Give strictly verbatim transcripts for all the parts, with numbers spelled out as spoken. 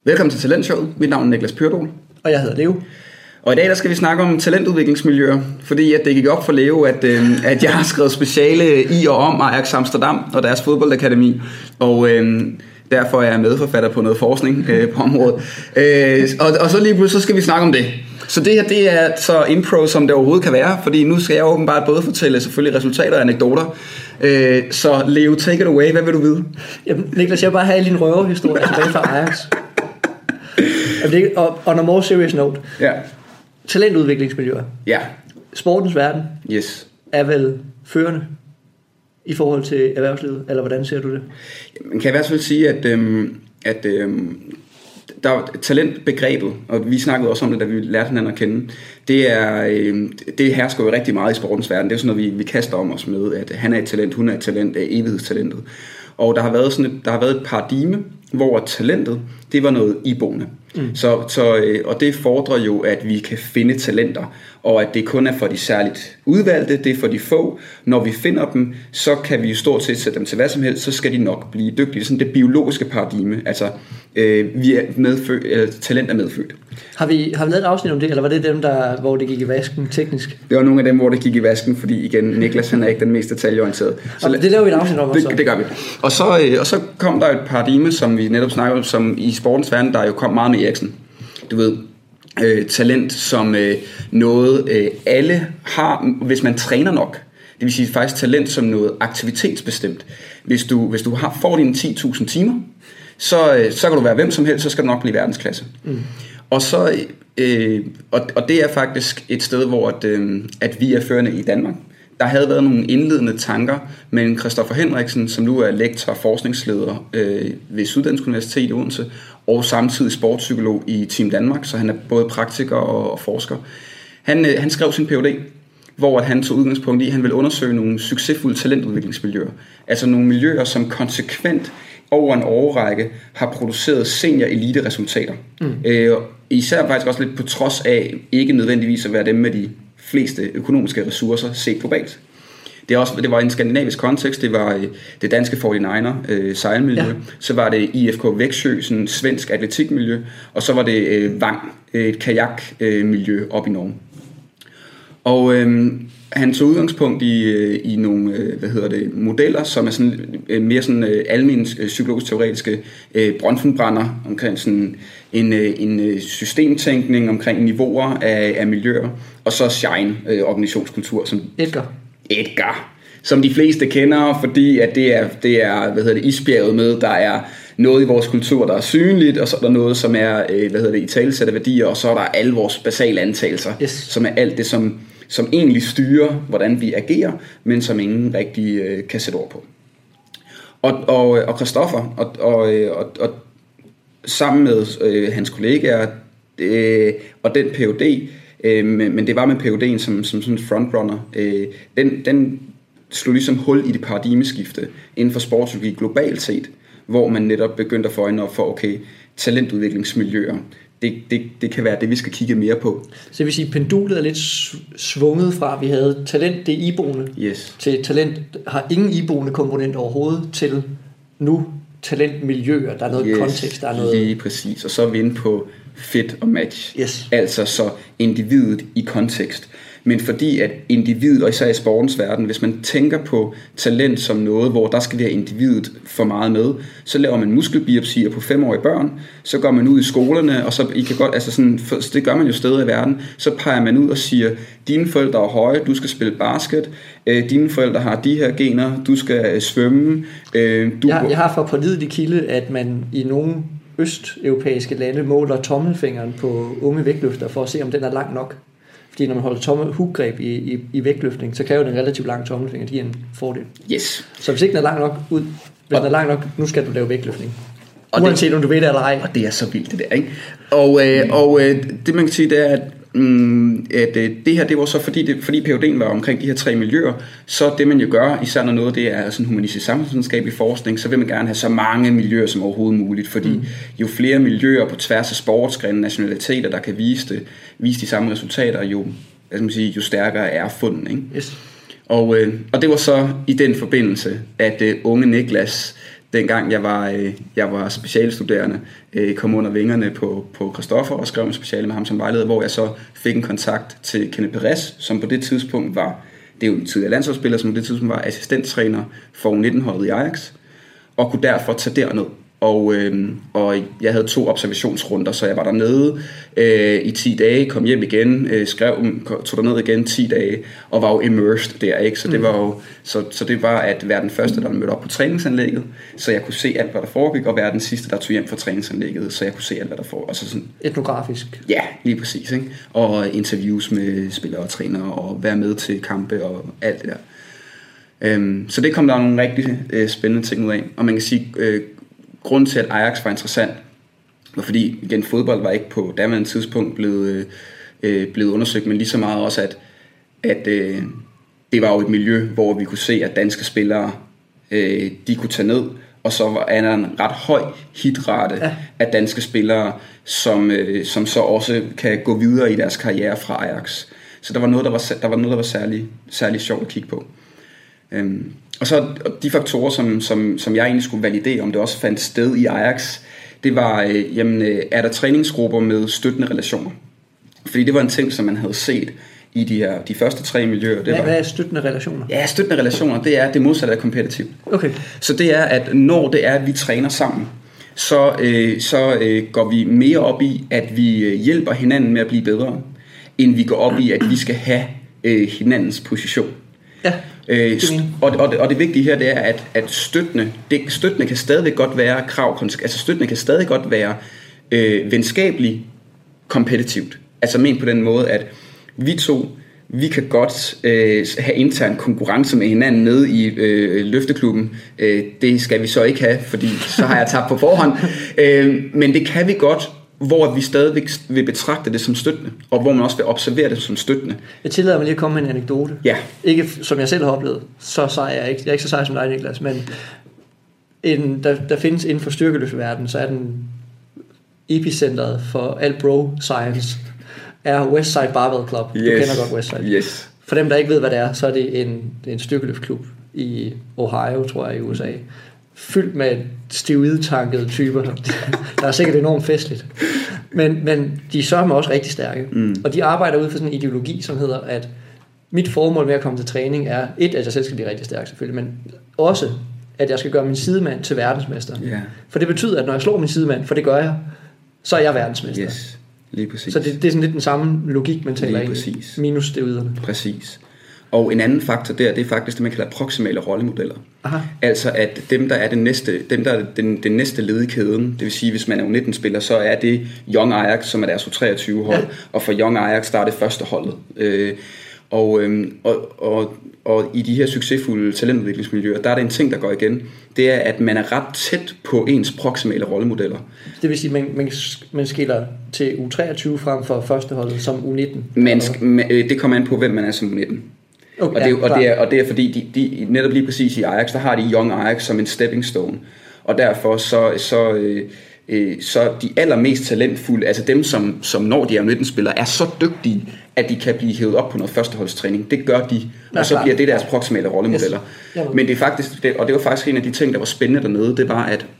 Velkommen til Talentshowet. Mit navn er Niklas Pyrdol. Og jeg hedder Leo. Og i dag der skal vi snakke om talentudviklingsmiljøer, fordi at det gik op for Leo, at, øh, at jeg har skrevet speciale i og om Ajax Amsterdam og deres fodboldakademi. Og øh, derfor er jeg medforfatter på noget forskning øh, på området. Øh, og, og så lige pludselig så skal vi snakke om det. Så det her det er så impro, som det overhovedet kan være, fordi nu skal jeg åbenbart både fortælle selvfølgelig resultater og anekdoter. Øh, så Leo, take it away. Hvad vil du vide? Jamen, Niklas, jeg vil bare have en lille røverhistorie tilbage fra Ajax. Det, og on a more serious note, ja. Talentudviklingsmiljøer. Ja. Sportens verden yes. er vel førende i forhold til erhvervslivet, eller hvordan ser du det? Man kan i hvert fald sige, at, øhm, at øhm, der er talentbegrebet, og vi snakkede også om det, da vi lærte hinanden at kende, det, er, øhm, det hersker jo rigtig meget i sportens verden. Det er sådan noget, vi, vi kaster om os med, at han er et talent, hun er et talent, er evighedstalentet. Og der har været sådan et, der har været et paradigme, hvor talentet, det var noget iboende. Mm. Så, så, og det fordrer jo, at vi kan finde talenter, og at det kun er for de særligt udvalgte, det er for de få. Når vi finder dem, så kan vi jo stort set sætte dem til hvad som helst, så skal de nok blive dygtige. Det er sådan det biologiske paradigme, altså øh, vi er medfødt, eller talent er medfødt. Har vi, har vi lavet et afsnit om det, eller var det dem, der, hvor det gik i vasken teknisk? Det var nogle af dem, hvor det gik i vasken, fordi igen, Niklas han er ikke den mest detaljeorienterede. Så det laver vi et afsnit om også. Det, det gør vi. Og så, øh, og så kom der et paradigme, som vi netop snakkede om, som i sportens verden, der jo kom meget med Eriksen. Du ved, øh, talent som øh, noget øh, alle har, hvis man træner nok. Det vil sige faktisk talent som noget aktivitetsbestemt. Hvis du, hvis du har, får dine ti tusind timer, så, øh, så kan du være hvem som helst, så skal du nok blive verdensklasse. Mm. Og, så, øh, og, og det er faktisk et sted, hvor at, øh, at vi er førende i Danmark. Der havde været nogle indledende tanker mellem Christoffer Henriksen, som nu er lektor og forskningsleder øh, ved Syddansk Universitet i Odense, og samtidig sportspsykolog i Team Danmark, så han er både praktiker og, og forsker. Han, øh, han skrev sin P H D, hvor at han tog udgangspunkt i, at han ville undersøge nogle succesfulde talentudviklingsmiljøer. Altså nogle miljøer, som konsekvent over en årrække har produceret senior elite resultater. Mm. Øh, især faktisk også lidt på trods af ikke nødvendigvis at være dem med de fleste økonomiske ressourcer set globalt. Det, er også, det var i en skandinavisk kontekst, det var det danske forty-niner øh, sejlmiljø, ja. Så var det I F K Växjö, sådan en svensk atletikmiljø, og så var det øh, Vang, et kajakmiljø øh, op i Norge. Og øh, han tog udgangspunkt i, øh, i nogle øh, hvad hedder det, modeller, som er sådan, øh, mere sådan, øh, almen øh, psykologisk-teoretiske øh, Bronfenbrenner, omkring sådan en, øh, en øh, systemtænkning omkring niveauer af, af miljøer, og så Shine, øh, organisationskultur, som Edgar. Edgar, som de fleste kender, fordi at det er, det er hvad hedder det, isbjerget med, der er noget i vores kultur, der er synligt, og så er der noget, som er øh, hvad hedder det, italesætte værdier, og så er der alle vores basale antagelser, yes. Som er alt det, som som egentlig styrer, hvordan vi agerer, men som ingen rigtig øh, kan sætte ord på. Og, og, og Christoffer, og, og, og, og sammen med øh, hans kollegaer, øh, og den P H D, øh, men, men det var med P H D'en som, som sådan en frontrunner, øh, den, den slog ligesom hul i det paradigmeskifte inden for sportspsykologi globalt set, hvor man netop begyndte at få øjnene op for, okay, talentudviklingsmiljøer, Det, det, det kan være det, vi skal kigge mere på. Så det vil sige, at pendulet er lidt svunget fra, at vi havde talent, det er iboende, yes. til talent har ingen iboende komponent overhovedet, til nu talentmiljøer, der er noget yes, kontekst, der er noget... Lige præcis, og så er vi inde på fit og match. Yes. Altså så individet i kontekst. Men fordi at individet, og især i sportens verden, hvis man tænker på talent som noget, hvor der skal vi have individet for meget med, så laver man muskelbiopsier på femårige børn, så går man ud i skolerne, og så I kan godt, altså sådan, det gør man jo steder i verden, så peger man ud og siger, dine forældre er høje, du skal spille basket, øh, dine forældre har de her gener, du skal øh, svømme. Øh, du jeg, jeg har fra pålidelig kilde, at man i nogle østeuropæiske lande måler tommelfingeren på unge vægtløfter for at se, om den er lang nok. Fordi når man holder tomme huggreb i, i, i vægtløftning, så kræver den relativt lang tommelfinger, det giver en fordel. Yes. Så hvis ikke den er lang nok ud, hvis og, den er lang nok, nu skal du lave vægtløftning. Og uanset det, om du ved det eller ej. Og det er så vildt det der, ikke? Og, øh, mm. og øh, det man kan sige, det er, at, mm, at øh, det her, det var så fordi, det, fordi P H D'en var omkring de her tre miljøer, så det man jo gør, især når noget det er sådan humanistisk samfundsvidenskabelig forskning, så vil man gerne have så mange miljøer som overhovedet muligt, fordi mm. jo flere miljøer på tværs af sportsgrene, nationaliteter, der kan vise, det, vise de samme resultater, jo, hvad skal man sige, jo stærkere er funden, ikke? Yes. Og, øh, og det var så i den forbindelse, at øh, unge Niklas, dengang jeg var, øh, jeg var specialstuderende, øh, kom under vingerne på, på Christoffer og skrev en speciale med ham som vejleder, hvor jeg så fik en kontakt til Kenneth Perez, som på det tidspunkt var, det er jo en tidligere landsholdsspiller, som på det tidspunkt var assistenttræner for U nitten-holdet i Ajax, og kunne derfor tage derned. Og, øh, og jeg havde to observationsrunder, så jeg var dernede øh, i ti dage, kom hjem igen, øh, skrev, tog derned igen ti dage, og var jo immersed der, ikke? Så det var jo, så, så det var at være den første, der mødte op på træningsanlægget, så jeg kunne se alt, hvad der foregik, og være den sidste, der tog hjem fra træningsanlægget, så jeg kunne se alt, hvad der foregik. Og så sådan, etnografisk. Ja, lige præcis, ikke? Og interviews med spillere og trænere, og være med til kampe og alt det der. Øhm, så det kom der nogle rigtig øh, spændende ting ud af, og man kan sige, øh, grunden til, at Ajax var interessant, var fordi, igen, fodbold var ikke på daværende tidspunkt blevet, øh, blevet undersøgt, men lige så meget også, at, at øh, det var jo et miljø, hvor vi kunne se, at danske spillere, øh, de kunne tage ned, og så var der en ret høj hitrate ja. af danske spillere, som, øh, som så også kan gå videre i deres karriere fra Ajax. Så der var noget, der var, der var, noget, der var særlig, særlig sjovt at kigge på. Øhm, og så de faktorer, som, som, som jeg egentlig skulle validere, om det også fandt sted i Ajax, det var, øh, jamen, øh, er der træningsgrupper med støttende relationer? Fordi det var en ting, som man havde set i de, her, de første tre miljøer. Det hvad, var, hvad er støttende relationer? Ja, støttende relationer, det er det modsatte af competitive. Okay. Så det er, at når det er, at vi træner sammen, så, øh, så øh, går vi mere op i, at vi hjælper hinanden med at blive bedre, end vi går op i, at vi skal have øh, hinandens position. Ja. Øh, og, og, det, og det vigtige her, det er, at, at støttende, det, støttende kan stadig godt være krav, altså støttende kan stadig godt være øh, venskabeligt kompetitivt. Altså men på den måde, at vi to, vi kan godt øh, have intern konkurrence med hinanden nede i øh, løfteklubben. Øh, det skal vi så ikke have, fordi så har jeg tabt på forhånd. øh, men det kan vi godt, hvor vi stadigvæk vil betragte det som støttende, og hvor man også vil observere det som støttende. Jeg tillader mig lige at komme med en anekdote. Ja. Ikke som jeg selv har oplevet, så sej jeg ikke. Jeg er ikke så sej som dig, Niklas, men en, der, der findes inden for styrkeløfteverdenen, så er den epicentret for alt bro science, er Westside Barbell Club. Yes. Du kender godt Westside. Yes. For dem, der ikke ved, hvad det er, så er det en, det er en styrkeløftklub i Ohio, tror jeg, i U S A. Fyldt med steroidtankede typer. Der er sikkert enormt festligt. Men, men de sørger mig også rigtig stærke. Mm. Og de arbejder ud for sådan en ideologi, som hedder, at mit formål med at komme til træning er, et, at jeg selv skal blive rigtig stærk selvfølgelig, men også, at jeg skal gøre min sidemand til verdensmester. Yeah. For det betyder, at når jeg slår min sidemand, for det gør jeg, så er jeg verdensmester. Yes. Lige præcis. Så det, det er sådan lidt den samme logik, man taler ind, minus steroiderne. Præcis. Og en anden faktor der, det er faktisk det, man kalder proximale rollemodeller. Aha. Altså at dem, der er den næste, dem, der er den, den næste led i kæden, det vil sige, hvis man er U nitten-spiller, så er det Young Ajax, som er deres U treogtyve-hold, ja. Og for Young Ajax, der er det første holdet. Øh, og, øh, og, og, og i de her succesfulde talentudviklingsmiljøer, der er det en ting, der går igen. Det er, at man er ret tæt på ens proximale rollemodeller. Det vil sige, at man, man, man skiller til U treogtyve frem for førsteholdet som U nitten? Man, det kommer an på, hvem man er som U nitten. Okay, og, det, ja, og, det er, og det er fordi, de, de, netop lige præcis i Ajax, der har de Young Ajax som en stepping stone. Og derfor så, så, øh, så de allermest talentfulde, altså dem, som, som når de er U nitten-spillere, er så dygtige, at de kan blive hævet op på noget førsteholdstræning. Det gør de, og ja, så bliver det deres proximale rollemodeller. Yes. Ja. Men det er faktisk, det, og det var faktisk en af de ting, der var spændende dernede, det var, at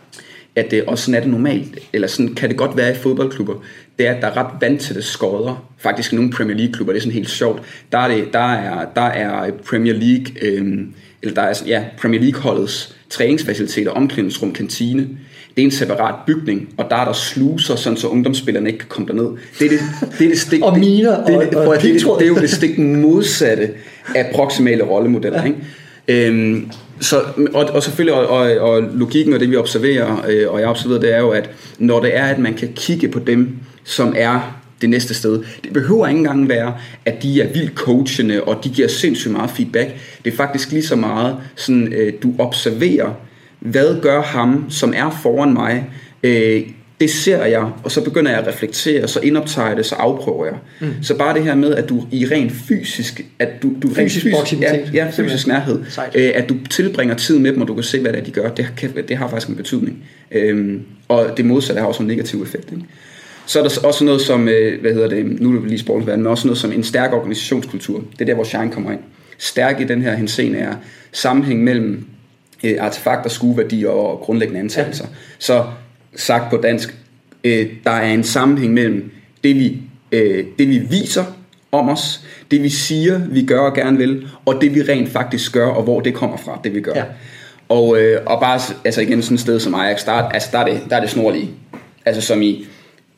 at det, og sådan er det normalt, eller sådan kan det godt være i fodboldklubber, det er, at der er ret vandtætte skodder, faktisk i nogle Premier League-klubber, det er sådan helt sjovt, der er, det, der er, der er Premier League, øh, eller der er, ja, Premier League-holdets træningsfaciliteter, omklædningsrum, kantine, det er en separat bygning, og der er der sluser, sådan så ungdomsspillerne ikke kan komme derned. Det er det, det, er det stik, og miner, det, og, det, og, og det, det, det er jo det stik modsatte af proximale rollemodeller, ja. Ikke? Øhm, så, og, og selvfølgelig og, og, og logikken og det vi observerer øh, og jeg observerer, det er jo, at når det er, at man kan kigge på dem, som er det næste sted, det behøver ikke engang være, at de er vildt coachende og de giver sindssygt meget feedback. Det er faktisk lige så meget sådan, øh, du observerer, hvad gør ham, som er foran mig, øh, det ser jeg, og så begynder jeg at reflektere, så indoptager jeg det, så afprøver jeg. Mm. Så bare det her med, at du i rent fysisk, at du, du fysisk rent fysisk, ja, ja, fysisk nærhed, øh, at du tilbringer tid med dem, og du kan se, hvad det er, de gør, det, kan, det har faktisk en betydning. Øhm, og det modsatte har også en negativ effekt. Ikke? Så er der også noget som, øh, hvad hedder det, nu er det lige sportens verden, men også noget som en stærk organisationskultur. Det er der, hvor Shine kommer ind. Stærk i den her henseende er sammenhæng mellem øh, artefakter, skueværdier og grundlæggende antagelser. Ja. Så sagt på dansk, øh, der er en sammenhæng mellem det vi, øh, det vi viser om os, det vi siger, vi gør og gerne vil, og det vi rent faktisk gør, og hvor det kommer fra, det vi gør. Ja. Og, øh, og bare altså igen sådan et sted som Ajax, der, altså der, er, det, der er det snorlige. Altså som i,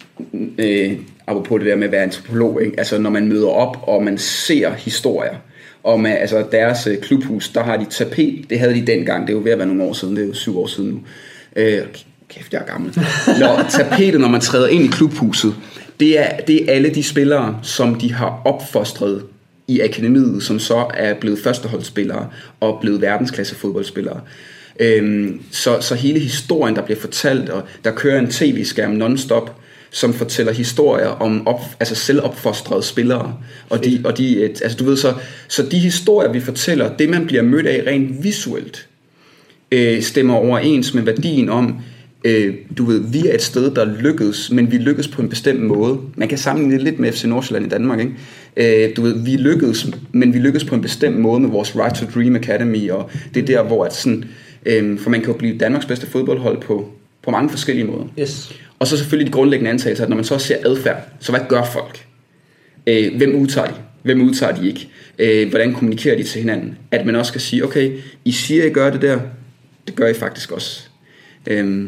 øh, apropos det der med at være antropolog, ikke? Altså når man møder op, og man ser historier, og med altså deres øh, klubhus, der har de tapet, det havde de dengang, det er jo ved at være nogle år siden, det er jo syv år siden nu. Øh, kæft, jeg er gammel. Når tapetet, når man træder ind i klubhuset, det er, det er alle de spillere, som de har opfostret i akademiet, som så er blevet førsteholdsspillere og blevet verdensklasse fodboldspillere. Øhm, så, så hele historien, der bliver fortalt, og der kører en tv-skærm non-stop, som fortæller historier om op, altså selvopfostrede spillere. Og de, og de, altså du ved, så, så de historier, vi fortæller, det man bliver mødt af rent visuelt, øh, stemmer overens med værdien om, øh, du ved, vi er et sted, der lykkedes, men vi lykkedes på en bestemt måde. Man kan sammenligne det lidt med F C Nordsjælland i Danmark, ikke? Øh, du ved, vi lykkedes, men vi lykkedes på en bestemt måde med vores Right to Dream Academy, og det er der, hvor at sådan, øh, for man kan jo blive Danmarks bedste fodboldhold på, på mange forskellige måder. Yes. Og så selvfølgelig de grundlæggende antagelser, at når man så ser adfærd, så hvad gør folk? Øh, hvem udtager de? Hvem udtager de ikke? Øh, hvordan kommunikerer de til hinanden? At man også skal sige, okay, I siger, I gør det der, det gør I faktisk også. Øh,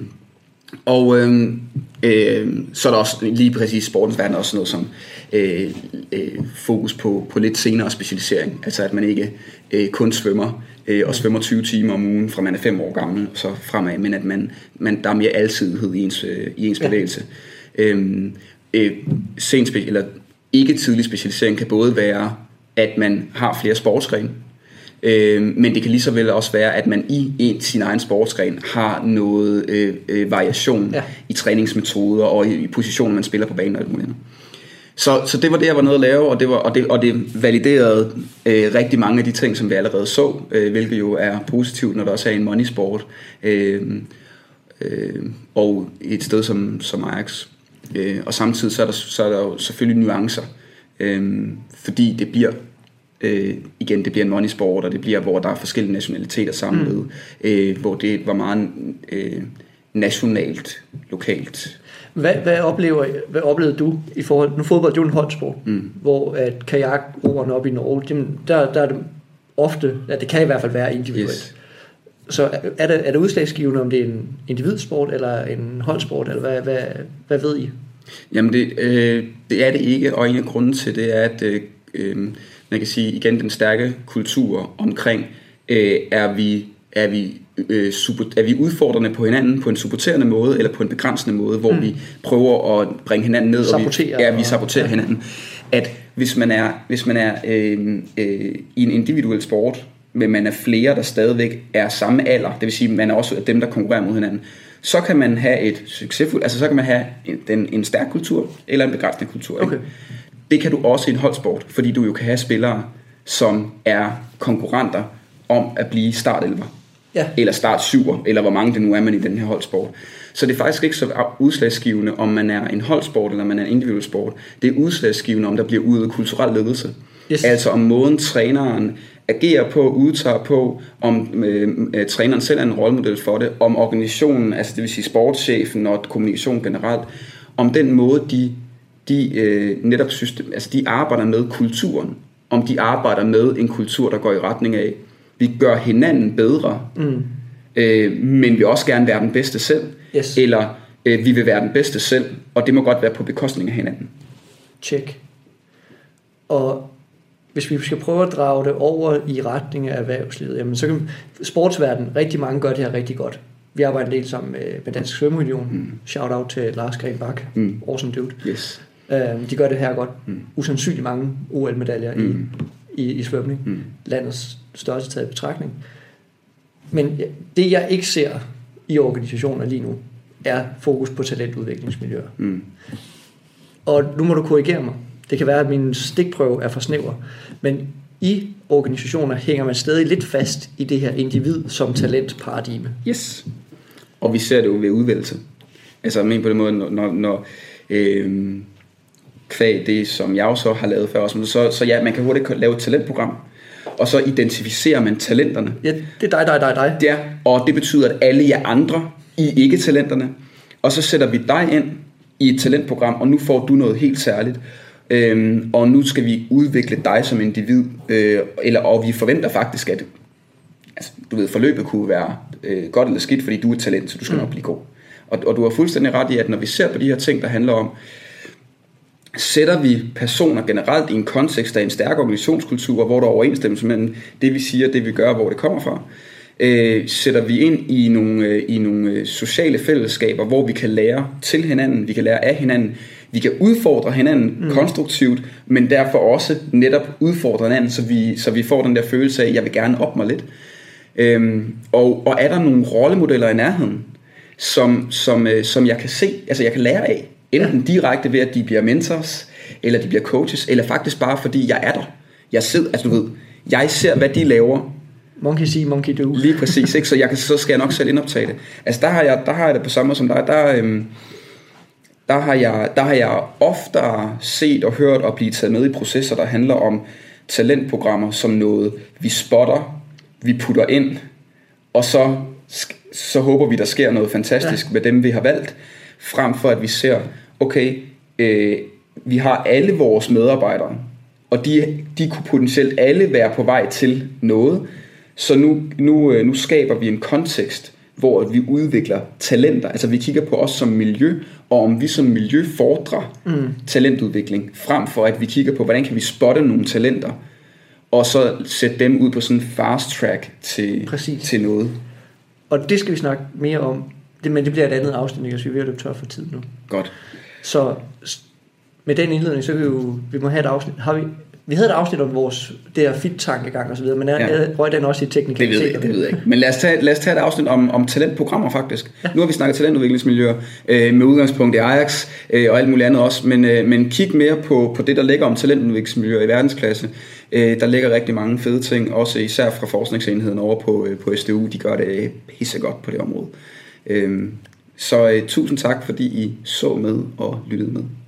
og øh, øh, så er der også lige præcis i sportens verden også noget som øh, øh, fokus på, på lidt senere specialisering. Altså at man ikke øh, kun svømmer øh, og svømmer tyve timer om ugen fra man er fem år gammel og så fremad, men at man, man, der er mere alsidighed i ens, øh, i ens bevægelse. Ja. Øh, øh, sen spe- eller ikke tidlig specialisering kan både være, at man har flere sportsgrene, Øh, men det kan lige så vel også være, at man i en, sin egen sportsgren har noget øh, øh, variation ja. i træningsmetoder og i, i positionen, man spiller på banen og alt muligt. Så, så det var det, jeg var nødt at lave, og det, var, og det, og det validerede øh, rigtig mange af de ting, som vi allerede så, øh, hvilket jo er positivt, når der også er en money sport, øh, øh, og et sted som, som Ajax. Øh, og samtidig så er, der, så er der jo selvfølgelig nuancer, øh, fordi det bliver Øh, igen, det bliver en money sport, og det bliver, hvor der er forskellige nationaliteter samlet, mm. øh, hvor det var meget øh, nationalt, lokalt. Hvad, hvad, oplever, hvad oplevede du i forhold, nu fodbold, det er jo en holdsport, mm. hvor at kajak roerne op i Norge, der, der er det ofte, ja, det kan i hvert fald være individuelt. Yes. Så er det, er det udslagsgivende, om det er en individsport, eller en holdsport, eller hvad, hvad, hvad ved I? Jamen, det, øh, det er det ikke, og en af grunden til det er, at øh, man kan sige igen, den stærke kultur omkring, øh, er vi er vi øh, super, er vi udfordrende på hinanden på en supporterende måde eller på en begrænsende måde, hvor mm. vi prøver at bringe hinanden ned, og vi, ja, vi saboterer og, ja. hinanden. At hvis man er hvis man er øh, øh, i en individuel sport, men man er flere, der stadigvæk er samme alder, det vil sige, man er også dem, der konkurrerer mod hinanden, så kan man have et succesfuldt, altså så kan man have en, en stærk kultur eller en begrænsende kultur. Okay. Det kan du også i en holdsport, fordi du jo kan have spillere, som er konkurrenter om at blive startelver, ja. eller startsyver, eller hvor mange det nu er man i den her holdsport. Så det er faktisk ikke så udslagsgivende, om man er en holdsport, eller man er en individuel sport. Det er udslagsgivende, om der bliver udøvet kulturel ledelse. Yes. Altså om måden træneren agerer på, udtager på, om øh, øh, træneren selv er en rollemodel for det, om organisationen, altså det vil sige sportschefen og kommunikation generelt, om den måde, de de øh, netop system, altså de arbejder med kulturen, om de arbejder med en kultur, der går i retning af, vi gør hinanden bedre, mm. øh, men vi også gerne være den bedste selv, yes. eller øh, vi vil være den bedste selv, og det må godt være på bekostning af hinanden. Check. Og hvis vi skal prøve at drage det over i retning af erhvervslivet, jamen så kan sportsverden, rigtig mange gør det her rigtig godt. Vi arbejder en del sammen med, med Dansk Svømmeunion. Mm. Shout out til Lars Green Bak. Mm. Awesome dude. Yes. Uh, de gør det her godt. Mm. Usandsynligt mange O L-medaljer mm. i, i, i svømning. Mm. Landets største taget i betragtning. Men det jeg ikke ser i organisationer lige nu, er fokus på talentudviklingsmiljøer. Mm. Og nu må du korrigere mig. Det kan være, at min stikprøve er for snæver. Men i organisationer hænger man stadig lidt fast i det her individ som talentparadigme. Yes. Og vi ser det jo ved udvælgelse. Altså, jeg mener på den måde, når, når øh, kvæg det, som jeg også har lavet før, også, så, så ja, man kan hurtigt lave et talentprogram, og så identificerer man talenterne. Ja, det er dig, dig, dig, dig. Ja, og det betyder, at alle jer andre, I ikke talenterne, og så sætter vi dig ind i et talentprogram, og nu får du noget helt særligt. Øhm, og nu skal vi udvikle dig som individ, øh, eller, og vi forventer faktisk, at altså, du ved, forløbet kunne være øh, godt eller skidt, fordi du er et talent, så du skal mm. nok blive god. Og, og du har fuldstændig ret i, at når vi ser på de her ting, der handler om, sætter vi personer generelt i en kontekst af en stærk organisationskultur, hvor der er overensstemmelse mellem det, vi siger, det vi gør, hvor det kommer fra, øh, sætter vi ind i nogle, øh, i nogle sociale fællesskaber, hvor vi kan lære til hinanden, vi kan lære af hinanden, vi kan udfordre hinanden mm. konstruktivt, men derfor også netop udfordre hinanden, så vi, så vi får den der følelse af, at jeg vil gerne op mig lidt. Øhm, og, og er der nogle rollemodeller i nærheden, som, som, øh, som jeg kan se, altså jeg kan lære af, enten ja. direkte ved, at de bliver mentors, eller de bliver coaches, eller faktisk bare fordi jeg er der. Jeg sidder, altså du ved, jeg ser, hvad de laver. Monkey see, monkey do. Lige præcis, ikke? Så, jeg kan, så skal jeg nok selv indoptage det. Altså der har jeg, der har jeg det på samme måde som dig. Der, øhm, der, har jeg, der har jeg oftere set og hørt og blive taget med i processer, der handler om talentprogrammer som noget, vi spotter, vi putter ind, og så, så håber vi, der sker noget fantastisk ja. med dem, vi har valgt, frem for at vi ser, okay, øh, vi har alle vores medarbejdere, og de, de kunne potentielt alle være på vej til noget, så nu, nu, nu skaber vi en kontekst, hvor vi udvikler talenter, altså vi kigger på os som miljø, og om vi som miljø fordrer mm. talentudvikling, frem for at vi kigger på, hvordan kan vi spotte nogle talenter, og så sætte dem ud på sådan en fast track til, til noget. Og det skal vi snakke mere om, det, men det bliver et andet afsnit, hvis vi er ved at løbe tør for tid nu. Godt. Så med den indledning, så kan vi jo, vi må have et afsnit, har vi, vi havde et afsnit om vores, det her fit-tankegang og så videre, men er, ja. røg den også i teknikalitet? Det ved jeg, det ved jeg ikke. Men lad os tage, lad os tage et afsnit om, om talentprogrammer faktisk. Ja. Nu har vi snakket talentudviklingsmiljøer øh, med udgangspunkt i Ajax øh, og alt muligt andet også, men, øh, men kig mere på, på det, der ligger om talentudviklingsmiljøer i verdensklasse. Øh, der ligger rigtig mange fede ting, også især fra forskningsenheden over på, øh, på S D U. De gør det pissegodt på det område. Øh, så øh, tusind tak, fordi I så med og lyttede med.